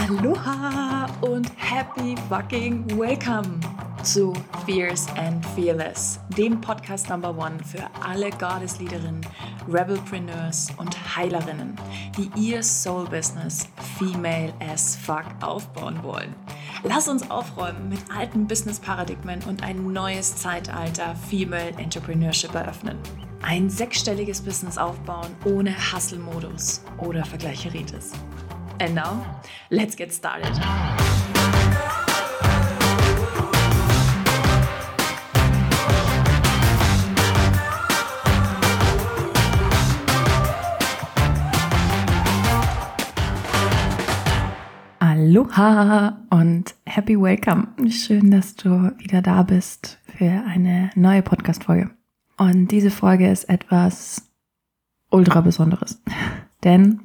Aloha und happy fucking welcome zu Fierce and Fearless, dem Podcast Number One für alle Goddess-Leaderinnen, Rebelpreneurs und Heilerinnen, die ihr Soul-Business female as fuck aufbauen wollen. Lass uns aufräumen mit alten Business-Paradigmen und ein neues Zeitalter Female Entrepreneurship eröffnen. Ein 6-stelliges Business aufbauen ohne Hustle-Modus oder Vergleicheritis. And now, let's get started. Aloha und happy welcome. Schön, dass du wieder da bist für eine neue Podcast-Folge. Und diese Folge ist etwas ultra Besonderes, denn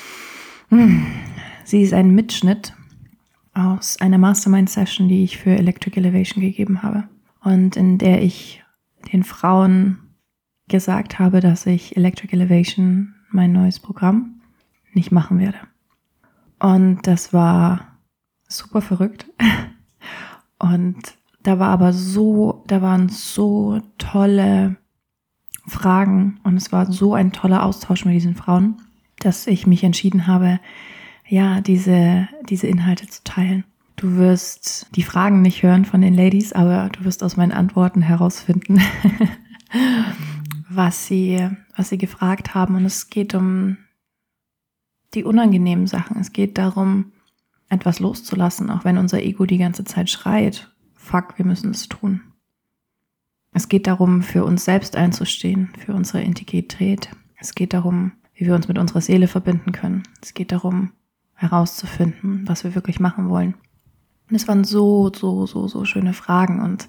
sie ist ein Mitschnitt aus einer Mastermind-Session, die ich für Electric Elevation gegeben habe und in der ich den Frauen gesagt habe, dass ich Electric Elevation, mein neues Programm, nicht machen werde. Und das war super verrückt und da waren so tolle Fragen und es war so ein toller Austausch mit diesen Frauen, dass ich mich entschieden habe, ja, diese Inhalte zu teilen. Du wirst die Fragen nicht hören von den Ladies, aber du wirst aus meinen Antworten herausfinden, was sie gefragt haben. Und es geht um die unangenehmen Sachen. Es geht darum, etwas loszulassen, auch wenn unser Ego die ganze Zeit schreit. Fuck, wir müssen es tun. Es geht darum, für uns selbst einzustehen, für unsere Integrität. Es geht darum, wie wir uns mit unserer Seele verbinden können. Es geht darum, herauszufinden, was wir wirklich machen wollen. Und es waren so schöne Fragen und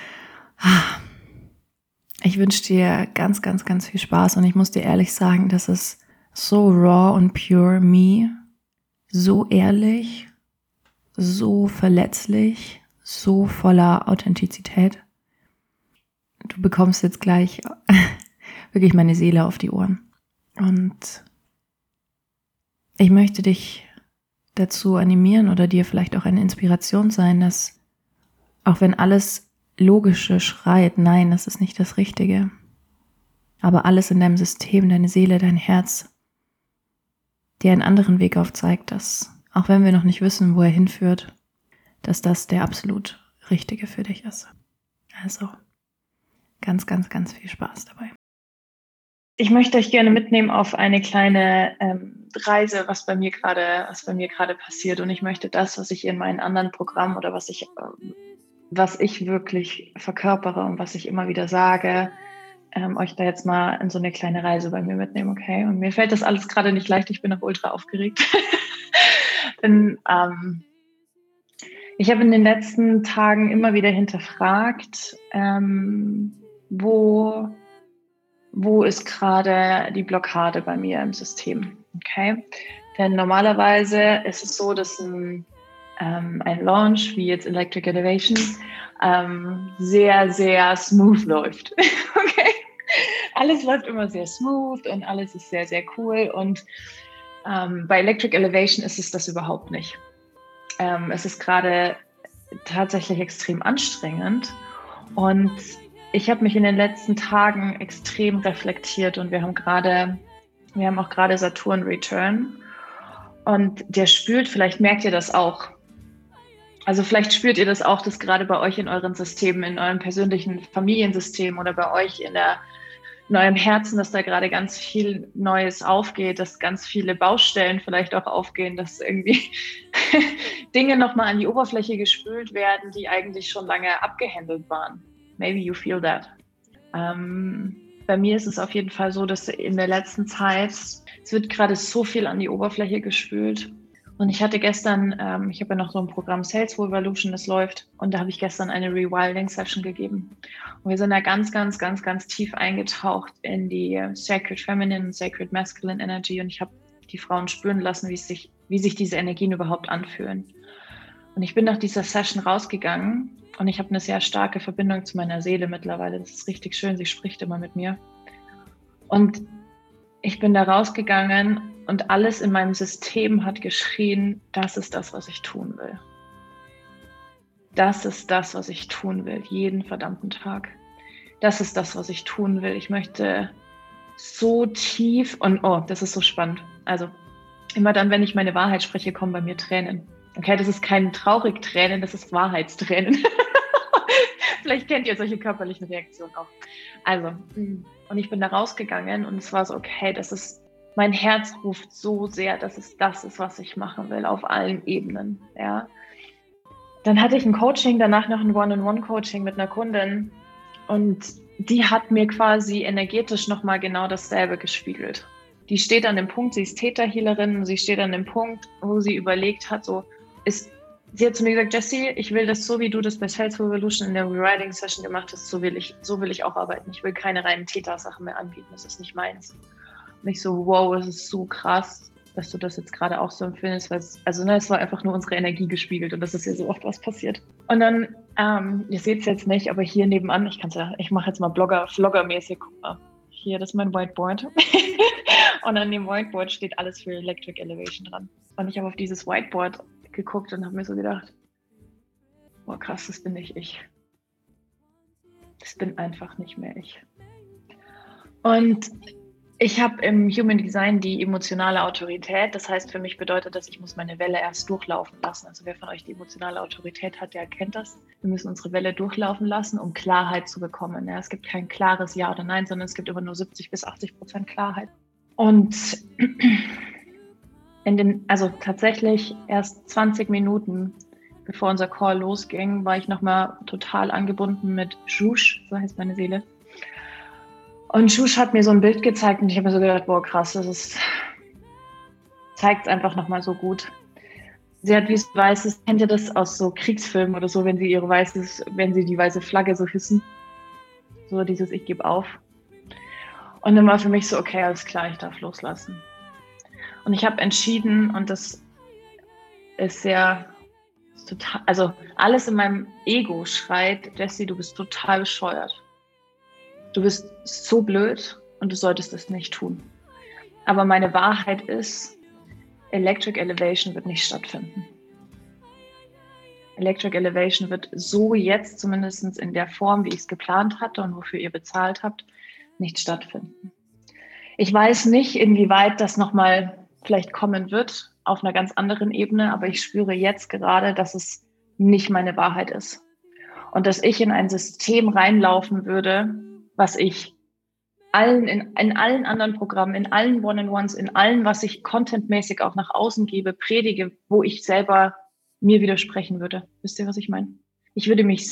ich wünsche dir ganz, ganz, ganz viel Spaß und ich muss dir ehrlich sagen, das ist so raw und pure me, so ehrlich, so verletzlich, so voller Authentizität. Du bekommst jetzt gleich wirklich meine Seele auf die Ohren. Und ich möchte dich dazu animieren oder dir vielleicht auch eine Inspiration sein, dass auch wenn alles Logische schreit, nein, das ist nicht das Richtige, aber alles in deinem System, deine Seele, dein Herz, dir einen anderen Weg aufzeigt, dass auch wenn wir noch nicht wissen, wo er hinführt, dass das der absolut Richtige für dich ist. Also ganz, ganz, ganz viel Spaß dabei. Ich möchte euch gerne mitnehmen auf eine kleine Reise, was bei mir gerade passiert. Und ich möchte das, was ich in meinen anderen Programmen oder was ich wirklich verkörpere und was ich immer wieder sage, euch da jetzt mal in so eine kleine Reise bei mir mitnehmen, okay? Und mir fällt das alles gerade nicht leicht. Ich bin noch ultra aufgeregt. Denn ich habe in den letzten Tagen immer wieder hinterfragt, wo ist gerade die Blockade bei mir im System, okay? Denn normalerweise ist es so, dass ein Launch wie jetzt Electric Elevation sehr, sehr smooth läuft, okay? Alles läuft immer sehr smooth und alles ist sehr, sehr cool und bei Electric Elevation ist es das überhaupt nicht. Es ist gerade tatsächlich extrem anstrengend und ich habe mich in den letzten Tagen extrem reflektiert und wir haben auch gerade Saturn Return und der spürt, vielleicht merkt ihr das auch. Also vielleicht spürt ihr das auch, dass gerade bei euch in euren Systemen, in eurem persönlichen Familiensystem oder bei euch in eurem Herzen, dass da gerade ganz viel Neues aufgeht, dass ganz viele Baustellen vielleicht auch aufgehen, dass irgendwie Dinge nochmal an die Oberfläche gespült werden, die eigentlich schon lange abgehandelt waren. Maybe you feel that. Bei mir ist es auf jeden Fall so, dass in der letzten Zeit, es wird gerade so viel an die Oberfläche gespült. Und ich hatte gestern, ich habe ja noch so ein Programm Sales Revolution, das läuft. Und da habe ich gestern eine Rewilding-Session gegeben. Und wir sind da ganz, ganz, ganz, ganz tief eingetaucht in die Sacred Feminine und Sacred Masculine Energy. Und ich habe die Frauen spüren lassen, wie sich diese Energien überhaupt anfühlen. Und ich bin nach dieser Session rausgegangen und ich habe eine sehr starke Verbindung zu meiner Seele mittlerweile. Das ist richtig schön, sie spricht immer mit mir. Und ich bin da rausgegangen Und alles in meinem System hat geschrien, das ist das, was ich tun will. Das ist das, was ich tun will, jeden verdammten Tag. Das ist das, was ich tun will. Ich möchte so tief und oh, das ist so spannend. Also immer dann, wenn ich meine Wahrheit spreche, kommen bei mir Tränen. Okay, das ist kein Traurigtränen, das ist Wahrheitstränen. Vielleicht kennt ihr solche körperlichen Reaktionen auch. Also, und ich bin da rausgegangen und es war so, okay, das ist, mein Herz ruft so sehr, dass es das ist, was ich machen will, auf allen Ebenen, ja. Dann hatte ich ein Coaching, danach noch ein One-on-One-Coaching mit einer Kundin und die hat mir quasi energetisch nochmal genau dasselbe gespiegelt. Die steht an dem Punkt, sie ist Theta-Healerin, sie steht an dem Punkt, wo sie überlegt hat, sie hat zu mir gesagt, Jessie, ich will das so, wie du das bei Sales Revolution in der Rewriting-Session gemacht hast, so will ich auch arbeiten. Ich will keine reinen Theta-Sachen mehr anbieten, das ist nicht meins. Und ich so, wow, es ist so krass, dass du das jetzt gerade auch so empfindest, weil es war einfach nur unsere Energie gespiegelt und das ist ja so oft was passiert. Und dann, ihr seht es jetzt nicht, aber hier nebenan, ich mache jetzt mal Vlogger-mäßig, guck mal, hier, das ist mein Whiteboard. Und an dem Whiteboard steht alles für Electric Elevation dran. Und ich habe auf dieses Whiteboard geguckt und habe mir so gedacht, boah krass, das bin nicht ich. Das bin einfach nicht mehr ich. Und ich habe im Human Design die emotionale Autorität. Das heißt, für mich bedeutet das, ich muss meine Welle erst durchlaufen lassen. Also wer von euch die emotionale Autorität hat, der kennt das. Wir müssen unsere Welle durchlaufen lassen, um Klarheit zu bekommen. Ja, es gibt kein klares Ja oder Nein, sondern es gibt immer nur 70-80% Klarheit. Und also tatsächlich erst 20 Minuten, bevor unser Call losging, war ich nochmal total angebunden mit Shush, so heißt meine Seele. Und Shush hat mir so ein Bild gezeigt und ich habe mir so gedacht, boah krass, zeigt es einfach nochmal so gut. Sie hat wie es weißes, kennt ihr das aus so Kriegsfilmen oder so, wenn sie die weiße Flagge so hissen? So dieses Ich gebe auf. Und dann war für mich so, okay, alles klar, ich darf loslassen. Und ich habe entschieden, und das ist total, also alles in meinem Ego schreit, Jessie, du bist total bescheuert. Du bist so blöd und du solltest das nicht tun. Aber meine Wahrheit ist, Electric Elevation wird nicht stattfinden. Electric Elevation wird so jetzt zumindest in der Form, wie ich es geplant hatte und wofür ihr bezahlt habt, nicht stattfinden. Ich weiß nicht, inwieweit das nochmal vielleicht kommen wird auf einer ganz anderen Ebene, aber ich spüre jetzt gerade, dass es nicht meine Wahrheit ist. Und dass ich in ein System reinlaufen würde, was ich in allen anderen Programmen, in allen One-on-Ones, in allem, was ich contentmäßig auch nach außen gebe, predige, wo ich selber mir widersprechen würde. Wisst ihr, was ich meine? Ich würde mich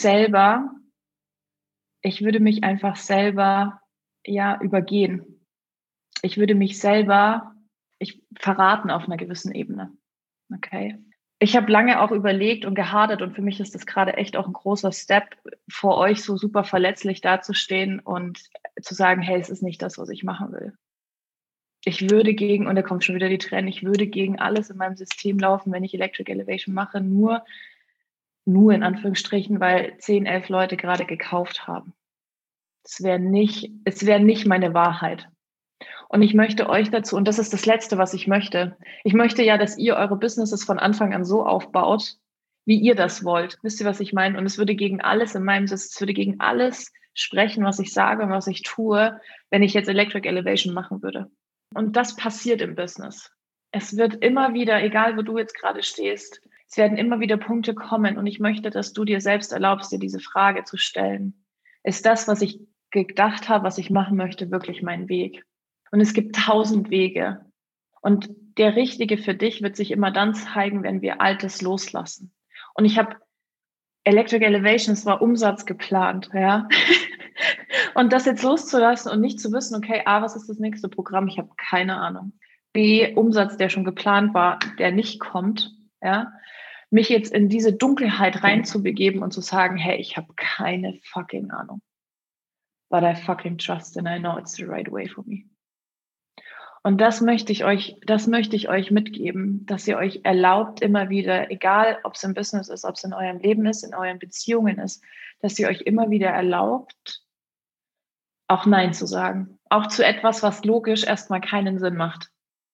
einfach selber, ja, übergehen. Ich würde mich selber verraten auf einer gewissen Ebene. Okay. Ich habe lange auch überlegt und gehadert und für mich ist das gerade echt auch ein großer Step, vor euch so super verletzlich dazustehen und zu sagen, hey, es ist nicht das, was ich machen will. Ich würde und da kommt schon wieder die Tränen, ich würde gegen alles in meinem System laufen, wenn ich Electric Elevation mache, nur in Anführungsstrichen, weil 10, 11 Leute gerade gekauft haben. Es wäre nicht meine Wahrheit. Und ich möchte euch dazu, und das ist das Letzte, was ich möchte ja, dass ihr eure Businesses von Anfang an so aufbaut, wie ihr das wollt. Wisst ihr, was ich meine? Und es würde gegen alles sprechen, was ich sage und was ich tue, wenn ich jetzt Electric Elevation machen würde. Und das passiert im Business. Es wird immer wieder, egal wo du jetzt gerade stehst, es werden immer wieder Punkte kommen und ich möchte, dass du dir selbst erlaubst, dir diese Frage zu stellen. Ist das, was ich gedacht habe, was ich machen möchte, wirklich mein Weg? Und es gibt 1000 Wege. Und der richtige für dich wird sich immer dann zeigen, wenn wir Altes loslassen. Und ich habe Electric Elevation, es war Umsatz geplant, ja. Und das jetzt loszulassen und nicht zu wissen, okay, A, was ist das nächste Programm? Ich habe keine Ahnung. B, Umsatz, der schon geplant war, der nicht kommt, ja. Mich jetzt in diese Dunkelheit reinzubegeben und zu sagen, hey, ich habe keine fucking Ahnung. But I fucking trust and I know it's the right way for me. Und das möchte ich euch mitgeben, dass ihr euch erlaubt, immer wieder, egal ob es im Business ist, ob es in eurem Leben ist, in euren Beziehungen ist, dass ihr euch immer wieder erlaubt, auch Nein zu sagen. Auch zu etwas, was logisch erstmal keinen Sinn macht.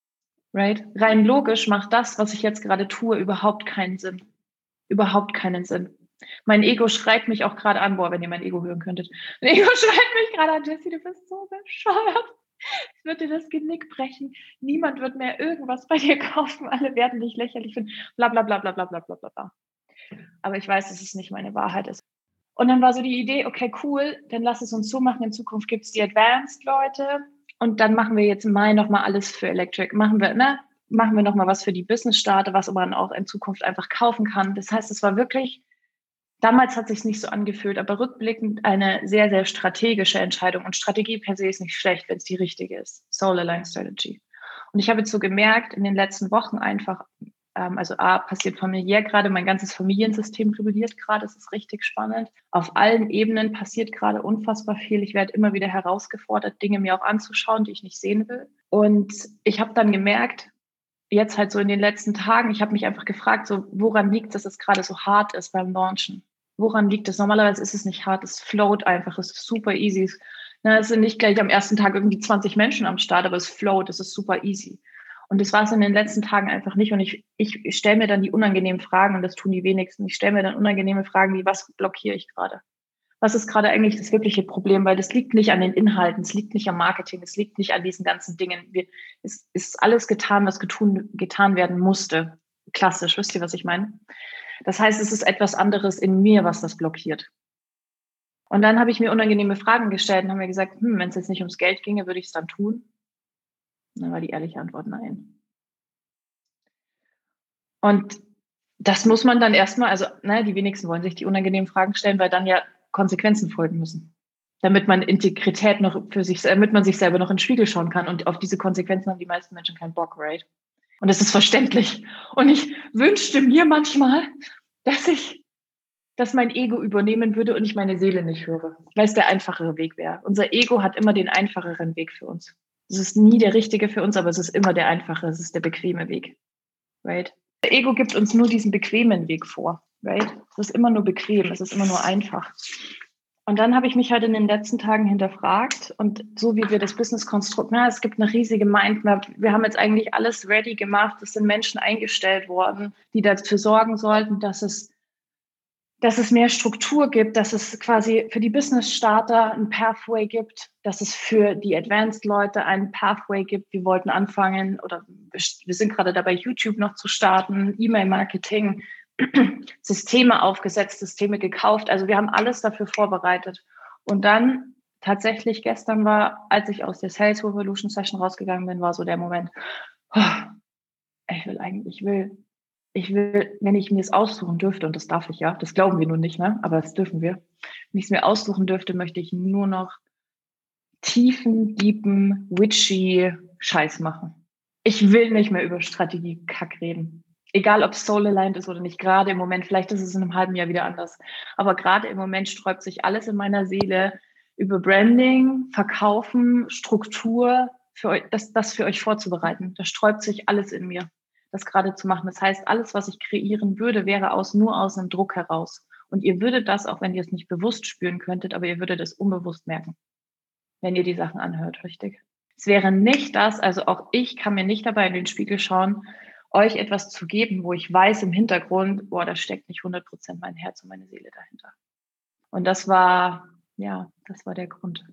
right? Rein logisch macht das, was ich jetzt gerade tue, überhaupt keinen Sinn. Überhaupt keinen Sinn. Mein Ego schreit mich auch gerade an. Boah, wenn ihr mein Ego hören könntet. Mein Ego schreit mich gerade an. Jessie, du bist so bescheuert. Ich würde dir das Genick brechen. Niemand wird mehr irgendwas bei dir kaufen. Alle werden dich lächerlich finden. Bla, bla, bla, bla, bla, bla, bla, bla. Aber ich weiß, dass es nicht meine Wahrheit ist. Und dann war so die Idee, okay, cool, dann lass es uns so machen. In Zukunft gibt es die Advanced-Leute. Und dann machen wir jetzt im Mai nochmal alles für Electric. Machen wir nochmal was für die Business-Starter, was man auch in Zukunft einfach kaufen kann. Das heißt, es war wirklich, damals hat es sich nicht so angefühlt, aber rückblickend eine sehr, sehr strategische Entscheidung. Und Strategie per se ist nicht schlecht, wenn es die richtige ist. Soul Aligned Strategy. Und ich habe jetzt so gemerkt, in den letzten Wochen einfach, also passiert familiär gerade, mein ganzes Familiensystem rebelliert gerade, es ist richtig spannend. Auf allen Ebenen passiert gerade unfassbar viel. Ich werde immer wieder herausgefordert, Dinge mir auch anzuschauen, die ich nicht sehen will. Und ich habe dann gemerkt, jetzt halt so in den letzten Tagen, ich habe mich einfach gefragt, so woran liegt es, dass es gerade so hart ist beim Launchen? Woran liegt es? Normalerweise ist es nicht hart, es float einfach, es ist super easy. Es sind nicht gleich am ersten Tag irgendwie 20 Menschen am Start, aber es float, es ist super easy. Und das war es in den letzten Tagen einfach nicht. Und ich stelle mir dann die unangenehmen Fragen, und das tun die wenigsten. Ich stelle mir dann unangenehme Fragen wie, was blockiere ich gerade? Was ist gerade eigentlich das wirkliche Problem? Weil das liegt nicht an den Inhalten, es liegt nicht am Marketing, es liegt nicht an diesen ganzen Dingen. Es ist alles getan, was getan werden musste. Klassisch, wisst ihr, was ich meine? Das heißt, es ist etwas anderes in mir, was das blockiert. Und dann habe ich mir unangenehme Fragen gestellt und habe mir gesagt, wenn es jetzt nicht ums Geld ginge, würde ich es dann tun? Und dann war die ehrliche Antwort nein. Und das muss man dann erstmal, also die wenigsten wollen sich die unangenehmen Fragen stellen, weil dann ja Konsequenzen folgen müssen. Damit man Integrität noch damit man sich selber noch in den Spiegel schauen kann. Und auf diese Konsequenzen haben die meisten Menschen keinen Bock, right? Und das ist verständlich. Und ich wünschte mir manchmal, dass mein Ego übernehmen würde und ich meine Seele nicht höre, weil es der einfachere Weg wäre. Unser Ego hat immer den einfacheren Weg für uns. Es ist nie der richtige für uns, aber es ist immer der einfache, es ist der bequeme Weg, right? Der Ego gibt uns nur diesen bequemen Weg vor, right? Es ist immer nur bequem, es ist immer nur einfach. Und dann habe ich mich halt in den letzten Tagen hinterfragt und so wie wir das Business-Konstrukt, es gibt eine riesige Mindmap, wir haben jetzt eigentlich alles ready gemacht, es sind Menschen eingestellt worden, die dafür sorgen sollten, dass es mehr Struktur gibt, dass es quasi für die Business-Starter ein Pathway gibt, dass es für die Advanced-Leute einen Pathway gibt. Wir wollten anfangen oder wir sind gerade dabei, YouTube noch zu starten, E-Mail-Marketing, Systeme aufgesetzt, Systeme gekauft. Also wir haben alles dafür vorbereitet. Und dann tatsächlich gestern war, als ich aus der Sales Revolution Session rausgegangen bin, war so der Moment, ich will, wenn ich mir es aussuchen dürfte, und das darf ich ja, das glauben wir nun nicht, ne? Aber das dürfen wir. Wenn ich es mir aussuchen dürfte, möchte ich nur noch tiefen, deepen, witchy Scheiß machen. Ich will nicht mehr über Strategie-Kack reden. Egal, ob es Soul Aligned ist oder nicht, gerade im Moment, vielleicht ist es in einem halben Jahr wieder anders, aber gerade im Moment sträubt sich alles in meiner Seele über Branding, Verkaufen, Struktur, für euch, das für euch vorzubereiten. Da sträubt sich alles in mir, das gerade zu machen. Das heißt, alles, was ich kreieren würde, wäre nur aus einem Druck heraus. Und ihr würdet das, auch wenn ihr es nicht bewusst spüren könntet, aber ihr würdet es unbewusst merken, wenn ihr die Sachen anhört, richtig? Es wäre nicht das, also auch ich kann mir nicht dabei in den Spiegel schauen, euch etwas zu geben, wo ich weiß im Hintergrund, da steckt nicht 100% mein Herz und meine Seele dahinter. Und das war der Grund,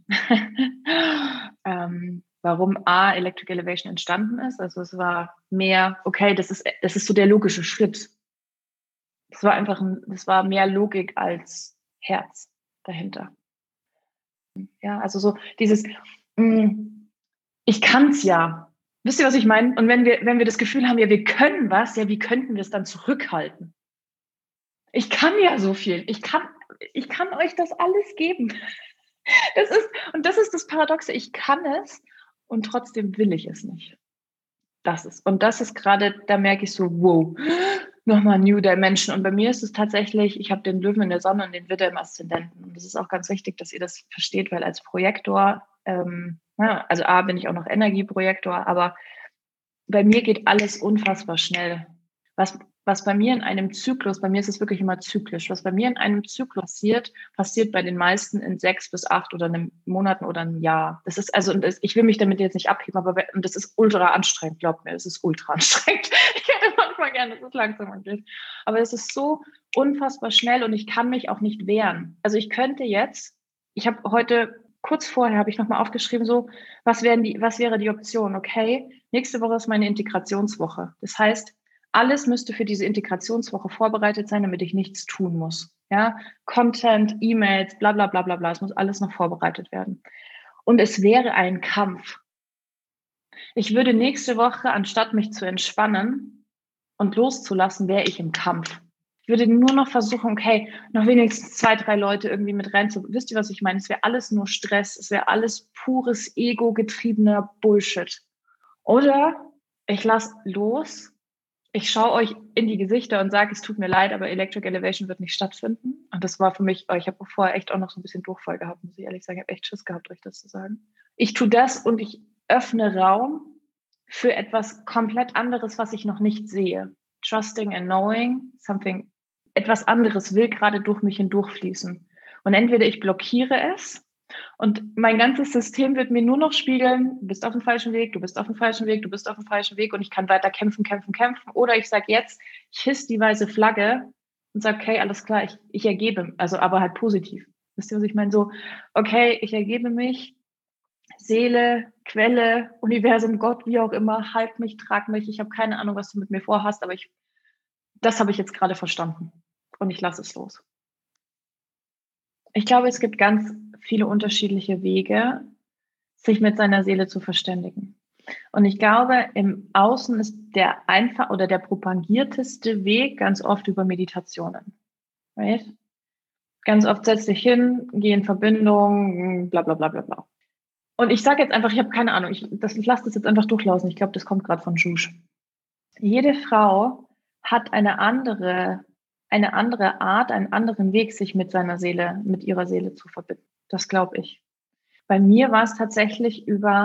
warum Electric Elevation entstanden ist. Also es war mehr, okay, das ist so der logische Schritt. Das war mehr Logik als Herz dahinter. Ja, also so dieses, ich kann's ja. Wisst ihr, was ich meine? Und wenn wir das Gefühl haben, ja, wir können was, ja, wie könnten wir es dann zurückhalten? Ich kann ja so viel. Ich kann euch das alles geben. Das ist das Paradoxe. Ich kann es und trotzdem will ich es nicht. Das ist gerade, da merke ich so, wow, nochmal New Dimension. Und bei mir ist es tatsächlich, ich habe den Löwen in der Sonne und den Widder im Aszendenten. Und das ist auch ganz wichtig, dass ihr das versteht, weil als Projektor, also bin ich auch noch Energieprojektor, aber bei mir geht alles unfassbar schnell. was bei mir in einem Zyklus, bei mir ist es wirklich immer zyklisch, was bei mir in einem Zyklus passiert, passiert bei den meisten in 6 bis 8 oder einem Monaten oder einem Jahr. Das ist also, ich will mich damit jetzt nicht abheben, aber das ist ultra anstrengend, glaubt mir, das ist ultra anstrengend. Ich hätte manchmal gerne, dass es langsamer geht. Aber es ist so unfassbar schnell und ich kann mich auch nicht wehren. Also ich könnte jetzt, ich habe heute, kurz vorher habe ich nochmal aufgeschrieben, so, was wäre die Option? Okay, nächste Woche ist meine Integrationswoche. Das heißt, alles müsste für diese Integrationswoche vorbereitet sein, damit ich nichts tun muss. Ja, Content, E-Mails, bla bla bla bla bla. Es muss alles noch vorbereitet werden. Und es wäre ein Kampf. Ich würde nächste Woche, anstatt mich zu entspannen und loszulassen, wäre ich im Kampf. Ich würde nur noch versuchen, okay, noch wenigstens 2, 3 Leute irgendwie mit rein zu. Wisst ihr, was ich meine? Es wäre alles nur Stress. Es wäre alles pures Ego-getriebener Bullshit. Oder ich lasse los. Ich schaue euch in die Gesichter und sage, es tut mir leid, aber Electric Elevation wird nicht stattfinden. Und das war für mich, ich habe vorher echt auch noch so ein bisschen Durchfall gehabt, muss ich ehrlich sagen. Ich habe echt Schiss gehabt, euch das zu sagen. Ich tue das und ich öffne Raum für etwas komplett anderes, was ich noch nicht sehe. Trusting and knowing something, etwas anderes will gerade durch mich hindurchfließen. Und entweder ich blockiere es und mein ganzes System wird mir nur noch spiegeln, du bist auf dem falschen Weg, du bist auf dem falschen Weg, du bist auf dem falschen Weg und ich kann weiter kämpfen, kämpfen, kämpfen. Oder ich sage jetzt, ich hiss die weiße Flagge und sage, okay, alles klar, ich ergebe, also aber halt positiv. Wisst ihr, was ich meine? So, okay, ich ergebe mich, Seele, Quelle, Universum, Gott, wie auch immer, halt mich, trag mich. Ich habe keine Ahnung, was du mit mir vorhast, aber das habe ich jetzt gerade verstanden und ich lasse es los. Ich glaube, es gibt ganz viele unterschiedliche Wege, sich mit seiner Seele zu verständigen. Und ich glaube, im Außen ist der einfach oder der propagierteste Weg ganz oft über Meditationen. Right? Ganz oft setz dich hin, geh in Verbindung, bla bla bla bla bla. Und ich sage jetzt einfach, ich habe keine Ahnung, ich lasse das jetzt einfach durchlaufen. Ich glaube, das kommt gerade von Juge. Jede Frau hat eine andere Art, einen anderen Weg, sich mit seiner Seele, mit ihrer Seele zu verbinden. Das glaube ich. Bei mir war es tatsächlich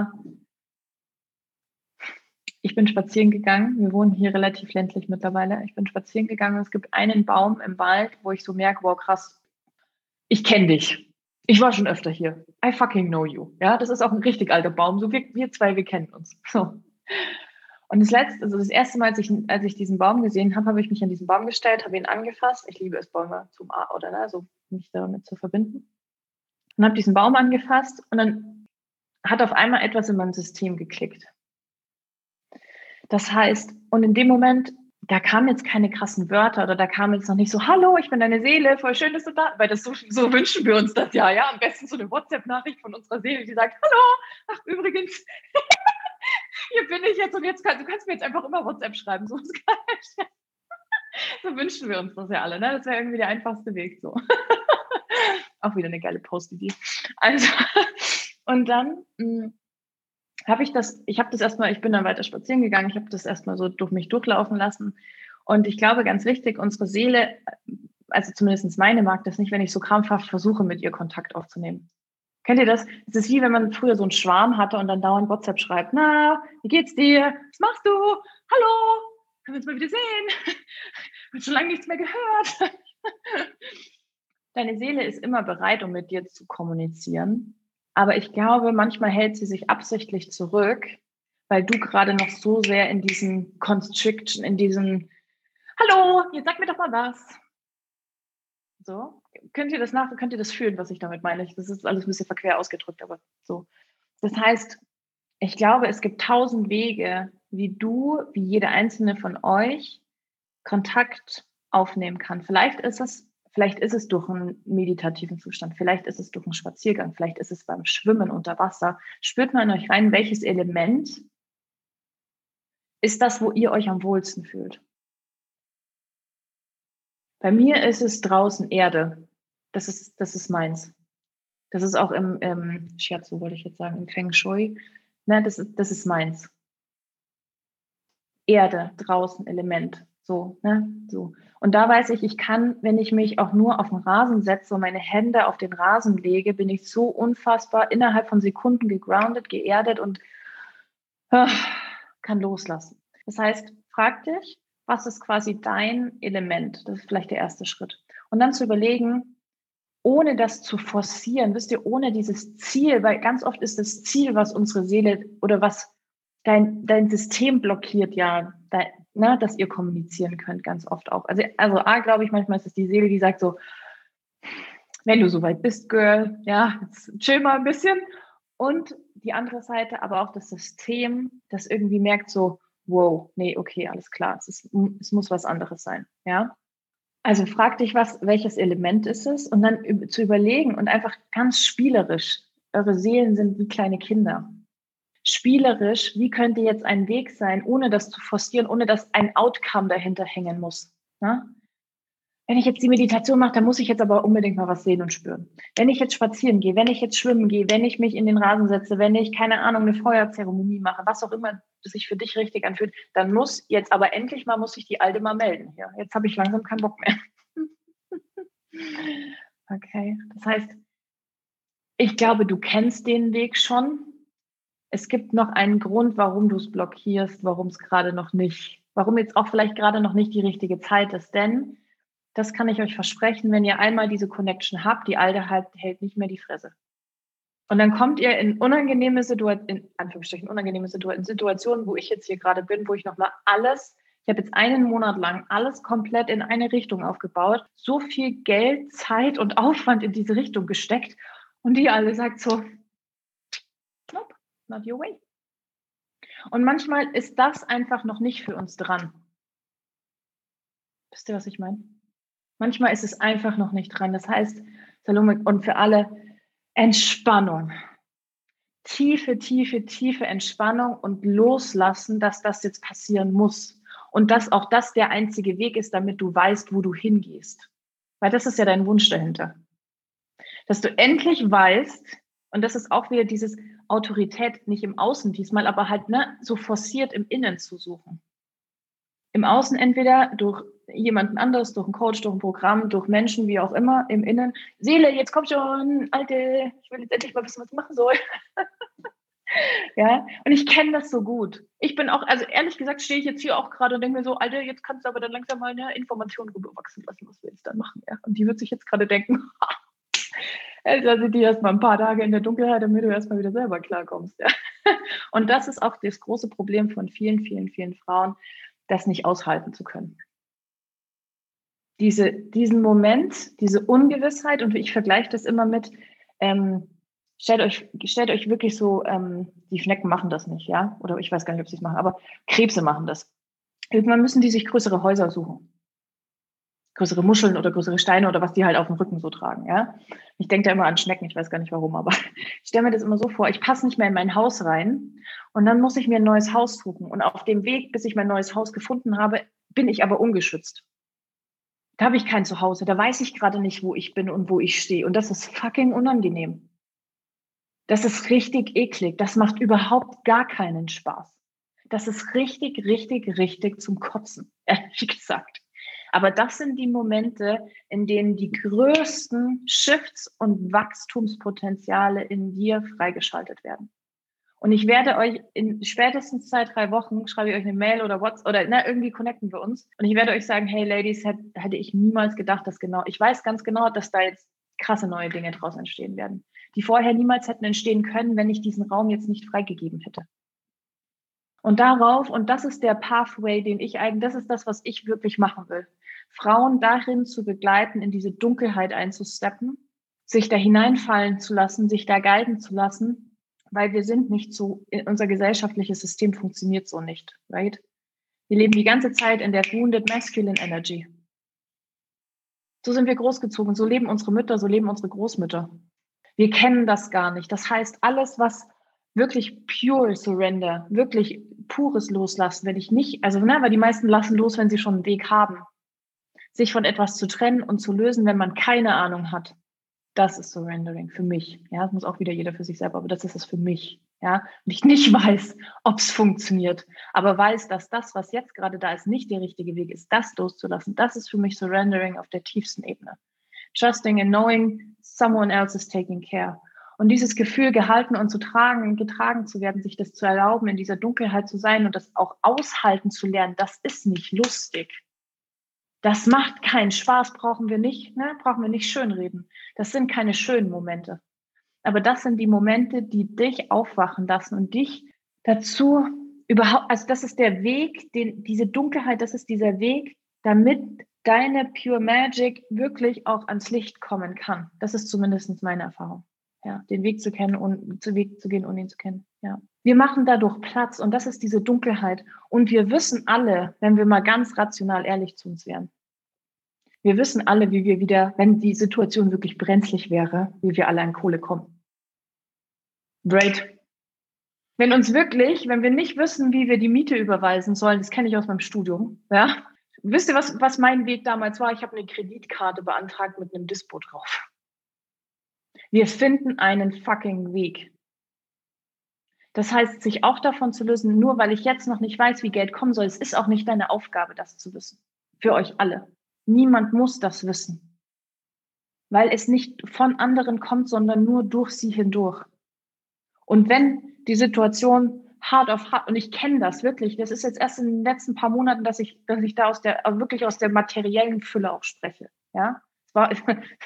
ich bin spazieren gegangen. Wir wohnen hier relativ ländlich mittlerweile. Ich bin spazieren gegangen und es gibt einen Baum im Wald, wo ich so merke, wow, krass, ich kenne dich. Ich war schon öfter hier. I fucking know you. Ja, das ist auch ein richtig alter Baum. So wir zwei, wir kennen uns. So. Und das erste Mal, als ich diesen Baum gesehen habe, habe ich mich an diesen Baum gestellt, habe ihn angefasst. Ich liebe es, Bäume zum A oder ne, so mich damit zu verbinden. Und habe diesen Baum angefasst und dann hat auf einmal etwas in meinem System geklickt. Das heißt, und in dem Moment, da kamen jetzt keine krassen Wörter oder da kam jetzt noch nicht so, hallo, ich bin deine Seele, voll schön, dass du da bist. Weil so wünschen wir uns das ja. Am besten so eine WhatsApp-Nachricht von unserer Seele, die sagt, hallo, ach übrigens, hier bin ich jetzt und du kannst mir jetzt einfach immer WhatsApp schreiben. So wünschen wir uns das ja alle, ne? Das wäre irgendwie der einfachste Weg so. Auch wieder eine geile Post-Idee. Also, und dann ich bin dann weiter spazieren gegangen, ich habe das erstmal so durch mich durchlaufen lassen. Und ich glaube, ganz wichtig, unsere Seele, also zumindest meine mag das nicht, wenn ich so krampfhaft versuche, mit ihr Kontakt aufzunehmen. Kennt ihr das? Es ist wie wenn man früher so einen Schwarm hatte und dann dauernd WhatsApp schreibt, na, wie geht's dir? Was machst du? Hallo? Können wir uns mal wieder sehen? Ich habe schon lange nichts mehr gehört. Deine Seele ist immer bereit, um mit dir zu kommunizieren. Aber ich glaube, manchmal hält sie sich absichtlich zurück, weil du gerade noch so sehr in diesem Constriction, in diesem Hallo, jetzt sag mir doch mal was. So, könnt ihr das fühlen, was ich damit meine? Das ist alles ein bisschen verquer ausgedrückt, aber so. Das heißt, ich glaube, es gibt 1000 Wege, wie jede einzelne von euch Kontakt aufnehmen kann. Vielleicht ist es durch einen meditativen Zustand, vielleicht ist es durch einen Spaziergang, vielleicht ist es beim Schwimmen unter Wasser. Spürt mal in euch rein, welches Element ist das, wo ihr euch am wohlsten fühlt. Bei mir ist es draußen Erde. Das ist meins. Das ist auch im Shiatsu, wollte ich jetzt sagen, im Feng Shui. Ne, das ist meins. Erde, draußen, Element. So, ne? So. Und da weiß ich kann, wenn ich mich auch nur auf den Rasen setze und meine Hände auf den Rasen lege, bin ich so unfassbar innerhalb von Sekunden gegroundet, geerdet und kann loslassen. Das heißt, frag dich, was ist quasi dein Element? Das ist vielleicht der erste Schritt. Und dann zu überlegen, ohne das zu forcieren, wisst ihr, ohne dieses Ziel, weil ganz oft ist das Ziel, was unsere Seele oder was dein System blockiert, dass ihr kommunizieren könnt, ganz oft auch. Also glaube ich, manchmal ist es die Seele, die sagt so, wenn du soweit bist, Girl, ja, jetzt chill mal ein bisschen. Und die andere Seite, aber auch das System, das irgendwie merkt so, wow, nee, okay, alles klar, es muss was anderes sein, ja. Also frag dich, welches Element ist es? Und dann zu überlegen und einfach ganz spielerisch, eure Seelen sind wie kleine Kinder. Spielerisch, wie könnte jetzt ein Weg sein, ohne das zu forcieren, ohne dass ein Outcome dahinter hängen muss, ne? Wenn ich jetzt die Meditation mache, dann muss ich jetzt aber unbedingt mal was sehen und spüren. Wenn ich jetzt spazieren gehe, wenn ich jetzt schwimmen gehe, wenn ich mich in den Rasen setze, wenn ich, keine Ahnung, eine Feuerzeremonie mache, was auch immer sich für dich richtig anfühlt, dann muss ich die Alte mal melden. Ja, jetzt habe ich langsam keinen Bock mehr. Okay, das heißt, ich glaube, du kennst den Weg schon. Es gibt noch einen Grund, warum du es blockierst, warum jetzt auch vielleicht gerade noch nicht die richtige Zeit ist, denn das kann ich euch versprechen, wenn ihr einmal diese Connection habt, die Alte hält nicht mehr die Fresse. Und dann kommt ihr in unangenehme Situationen, wo ich jetzt hier gerade bin, wo ich nochmal ich habe jetzt einen Monat lang alles komplett in eine Richtung aufgebaut, so viel Geld, Zeit und Aufwand in diese Richtung gesteckt und die alle sagt so, nope, not your way. Und manchmal ist das einfach noch nicht für uns dran. Wisst ihr, was ich meine? Manchmal ist es einfach noch nicht dran. Das heißt, Salome, und für alle Entspannung. Tiefe, tiefe, tiefe Entspannung und loslassen, dass das jetzt passieren muss. Und dass auch das der einzige Weg ist, damit du weißt, wo du hingehst. Weil das ist ja dein Wunsch dahinter. Dass du endlich weißt, und das ist auch wieder dieses Autorität, nicht im Außen diesmal, aber halt so forciert im Innen zu suchen. Im Außen entweder durch jemanden anderes, durch einen Coach, durch ein Programm, durch Menschen, wie auch immer, im Innen. Seele, jetzt komm schon, Alte, ich will jetzt endlich mal wissen, was ich machen soll. Ja, und ich kenne das so gut. Ich bin auch, also ehrlich gesagt, stehe ich jetzt hier auch gerade und denke mir so, Alter, jetzt kannst du aber dann langsam mal eine Information rüberwachsen lassen, was wir jetzt dann machen. Ja? Und die wird sich jetzt gerade denken, also die erstmal ein paar Tage in der Dunkelheit, damit du erstmal wieder selber klarkommst. Ja? Und das ist auch das große Problem von vielen, vielen, vielen Frauen, das nicht aushalten zu können. Diesen Moment, diese Ungewissheit, und ich vergleiche das immer mit, stellt euch wirklich so, die Schnecken machen das nicht, ja, oder ich weiß gar nicht, ob sie es machen, aber Krebse machen das. Irgendwann müssen die sich größere Häuser suchen. Größere Muscheln oder größere Steine oder was die halt auf dem Rücken so tragen, ja. Ich denke da immer an Schnecken, ich weiß gar nicht warum, aber ich stelle mir das immer so vor, ich passe nicht mehr in mein Haus rein und dann muss ich mir ein neues Haus suchen und auf dem Weg, bis ich mein neues Haus gefunden habe, bin ich aber ungeschützt. Da habe ich kein Zuhause, da weiß ich gerade nicht, wo ich bin und wo ich stehe und das ist fucking unangenehm. Das ist richtig eklig, das macht überhaupt gar keinen Spaß. Das ist richtig, richtig, richtig zum Kotzen, ehrlich gesagt. Aber das sind die Momente, in denen die größten Shifts und Wachstumspotenziale in dir freigeschaltet werden. Und ich werde euch in spätestens 2-3 Wochen, schreibe ich euch eine Mail oder WhatsApp oder irgendwie connecten wir uns. Und ich werde euch sagen, hey Ladies, hätte ich niemals gedacht, ich weiß ganz genau, dass da jetzt krasse neue Dinge draus entstehen werden, die vorher niemals hätten entstehen können, wenn ich diesen Raum jetzt nicht freigegeben hätte. Und das ist der Pathway, das ist das, was ich wirklich machen will. Frauen darin zu begleiten, in diese Dunkelheit einzusteppen, sich da hineinfallen zu lassen, sich da guiden zu lassen, weil wir sind nicht so, unser gesellschaftliches System funktioniert so nicht, right? Wir leben die ganze Zeit in der wounded masculine energy. So sind wir großgezogen, so leben unsere Mütter, so leben unsere Großmütter. Wir kennen das gar nicht. Das heißt, alles, was wirklich pure Surrender, wirklich pures Loslassen, weil die meisten lassen los, wenn sie schon einen Weg haben. Sich von etwas zu trennen und zu lösen, wenn man keine Ahnung hat, das ist Surrendering für mich. Ja, das muss auch wieder jeder für sich selber, aber das ist es für mich. Ja, und ich nicht weiß, ob es funktioniert, aber weiß, dass das, was jetzt gerade da ist, nicht der richtige Weg ist, das loszulassen. Das ist für mich Surrendering auf der tiefsten Ebene. Trusting and knowing someone else is taking care. Und dieses Gefühl, gehalten und getragen zu werden, sich das zu erlauben, in dieser Dunkelheit zu sein und das auch aushalten zu lernen, das ist nicht lustig. Das macht keinen Spaß, brauchen wir nicht schönreden. Das sind keine schönen Momente. Aber das sind die Momente, die dich aufwachen lassen und dich dazu überhaupt, also das ist der Weg, diese Dunkelheit, das ist dieser Weg, damit deine Pure Magic wirklich auch ans Licht kommen kann. Das ist zumindest meine Erfahrung. Ja, den Weg zu kennen und den Weg zu gehen und ihn zu kennen. Ja. Wir machen dadurch Platz und das ist diese Dunkelheit. Und wir wissen alle, wenn wir mal ganz rational ehrlich zu uns wären, wir wissen alle, wie wir wieder, wenn die Situation wirklich brenzlig wäre, wie wir alle an Kohle kommen. Right. Wenn wir nicht wissen, wie wir die Miete überweisen sollen, das kenne ich aus meinem Studium, ja. Wisst ihr, was mein Weg damals war? Ich habe eine Kreditkarte beantragt mit einem Dispo drauf. Wir finden einen fucking Weg. Das heißt, sich auch davon zu lösen, nur weil ich jetzt noch nicht weiß, wie Geld kommen soll, es ist auch nicht deine Aufgabe, das zu wissen. Für euch alle. Niemand muss das wissen. Weil es nicht von anderen kommt, sondern nur durch sie hindurch. Und wenn die Situation hart auf hart, und ich kenne das wirklich, das ist jetzt erst in den letzten paar Monaten, dass ich da wirklich aus der materiellen Fülle auch spreche. Ja, es war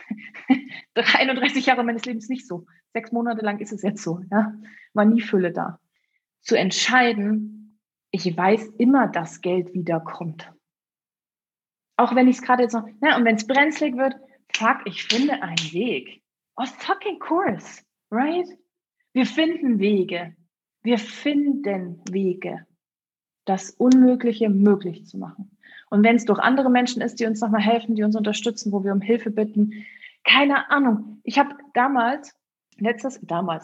31 Jahre meines Lebens nicht so. 6 Monate lang ist es jetzt so. Ja, war nie Fülle da. Zu entscheiden, ich weiß immer, dass Geld wiederkommt. Auch wenn ich es gerade jetzt noch, und wenn es brenzlig wird, fuck, ich finde einen Weg. Of fucking course, right? Wir finden Wege. Wir finden Wege, das Unmögliche möglich zu machen. Und wenn es durch andere Menschen ist, die uns nochmal helfen, die uns unterstützen, wo wir um Hilfe bitten, keine Ahnung. Ich habe letztes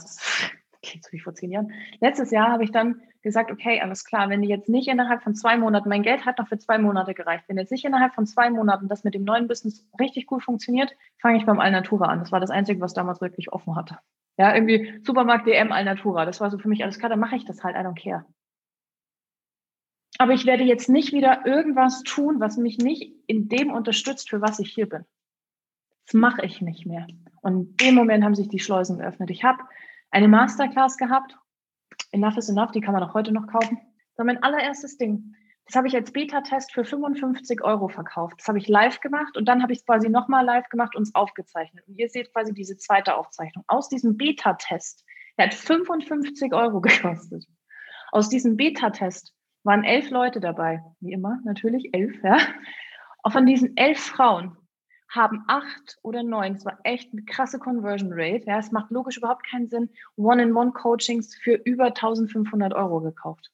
Jahr habe ich dann gesagt, okay, alles klar, wenn die jetzt nicht innerhalb von 2 Monaten, mein Geld hat noch für 2 Monate gereicht, wenn jetzt nicht innerhalb von 2 Monaten das mit dem neuen Business richtig gut funktioniert, fange ich beim Alnatura an. Das war das Einzige, was damals wirklich offen hatte. Ja, irgendwie Supermarkt DM Alnatura. Das war so für mich alles klar, dann mache ich das halt, I don't care. Aber ich werde jetzt nicht wieder irgendwas tun, was mich nicht in dem unterstützt, für was ich hier bin. Das mache ich nicht mehr. Und in dem Moment haben sich die Schleusen geöffnet. Ich habe eine Masterclass gehabt, Enough is Enough, die kann man auch heute noch kaufen. Das war mein allererstes Ding. Das habe ich als Beta-Test für 55 € verkauft. Das habe ich live gemacht und dann habe ich es quasi nochmal live gemacht und es aufgezeichnet. Und ihr seht quasi diese zweite Aufzeichnung. Aus diesem Beta-Test, der hat 55 € gekostet. Aus diesem Beta-Test waren 11 Leute dabei. Wie immer, natürlich 11, ja. Auch von diesen 11 Frauen haben 8 oder 9, das war echt eine krasse Conversion Rate, ja, es macht logisch überhaupt keinen Sinn, One-in-One-Coachings für über 1.500 € gekauft.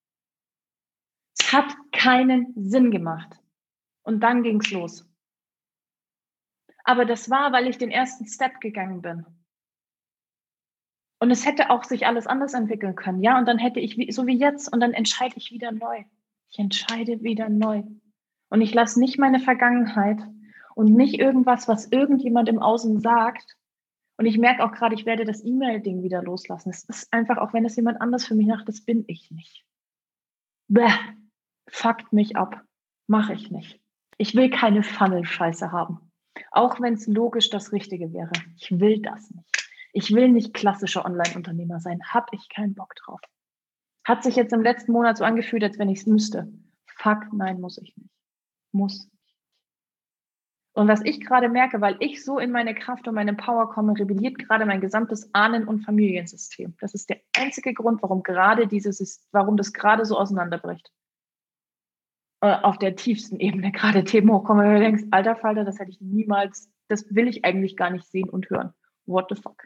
Es hat keinen Sinn gemacht. Und dann ging es los. Aber das war, weil ich den ersten Step gegangen bin. Und es hätte auch sich alles anders entwickeln können, ja, und dann hätte ich, so wie jetzt, und dann entscheide ich wieder neu. Ich entscheide wieder neu. Und ich lasse nicht meine Vergangenheit und nicht irgendwas, was irgendjemand im Außen sagt. Und ich merke auch gerade, ich werde das E-Mail-Ding wieder loslassen. Es ist einfach, auch wenn es jemand anders für mich macht, das bin ich nicht. Bäh, fuckt mich ab. Mache ich nicht. Ich will keine Funnel-Scheiße haben. Auch wenn es logisch das Richtige wäre. Ich will das nicht. Ich will nicht klassischer Online-Unternehmer sein. Hab ich keinen Bock drauf. Hat sich jetzt im letzten Monat so angefühlt, als wenn ich es müsste. Fuck, nein, muss ich nicht. Muss. Und was ich gerade merke, weil ich so in meine Kraft und meine Power komme, rebelliert gerade mein gesamtes Ahnen- und Familiensystem. Das ist der einzige Grund, warum das gerade so auseinanderbricht. Auf der tiefsten Ebene gerade Themen hochkommen, weil du denkst, alter Falter, das hätte ich niemals, das will ich eigentlich gar nicht sehen und hören. What the fuck?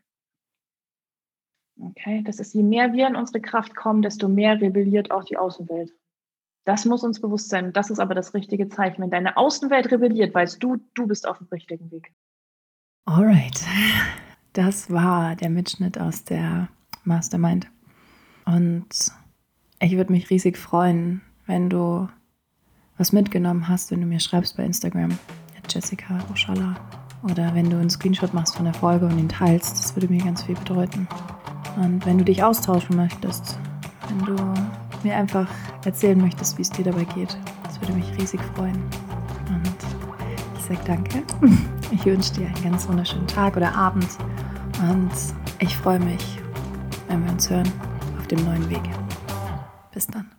Okay, das ist, je mehr wir in unsere Kraft kommen, desto mehr rebelliert auch die Außenwelt. Das muss uns bewusst sein. Das ist aber das richtige Zeichen. Wenn deine Außenwelt rebelliert, weißt du, du bist auf dem richtigen Weg. Alright, das war der Mitschnitt aus der Mastermind. Und ich würde mich riesig freuen, wenn du was mitgenommen hast, wenn du mir schreibst bei Instagram, Jessica Oschala, oder wenn du einen Screenshot machst von der Folge und ihn teilst. Das würde mir ganz viel bedeuten. Und wenn du dich austauschen möchtest, wenn du mir einfach erzählen möchtest, wie es dir dabei geht, das würde mich riesig freuen. Und ich sage danke. Ich wünsche dir einen ganz wunderschönen Tag oder Abend und Ich freue mich, wenn wir uns hören auf dem neuen Weg. Bis dann.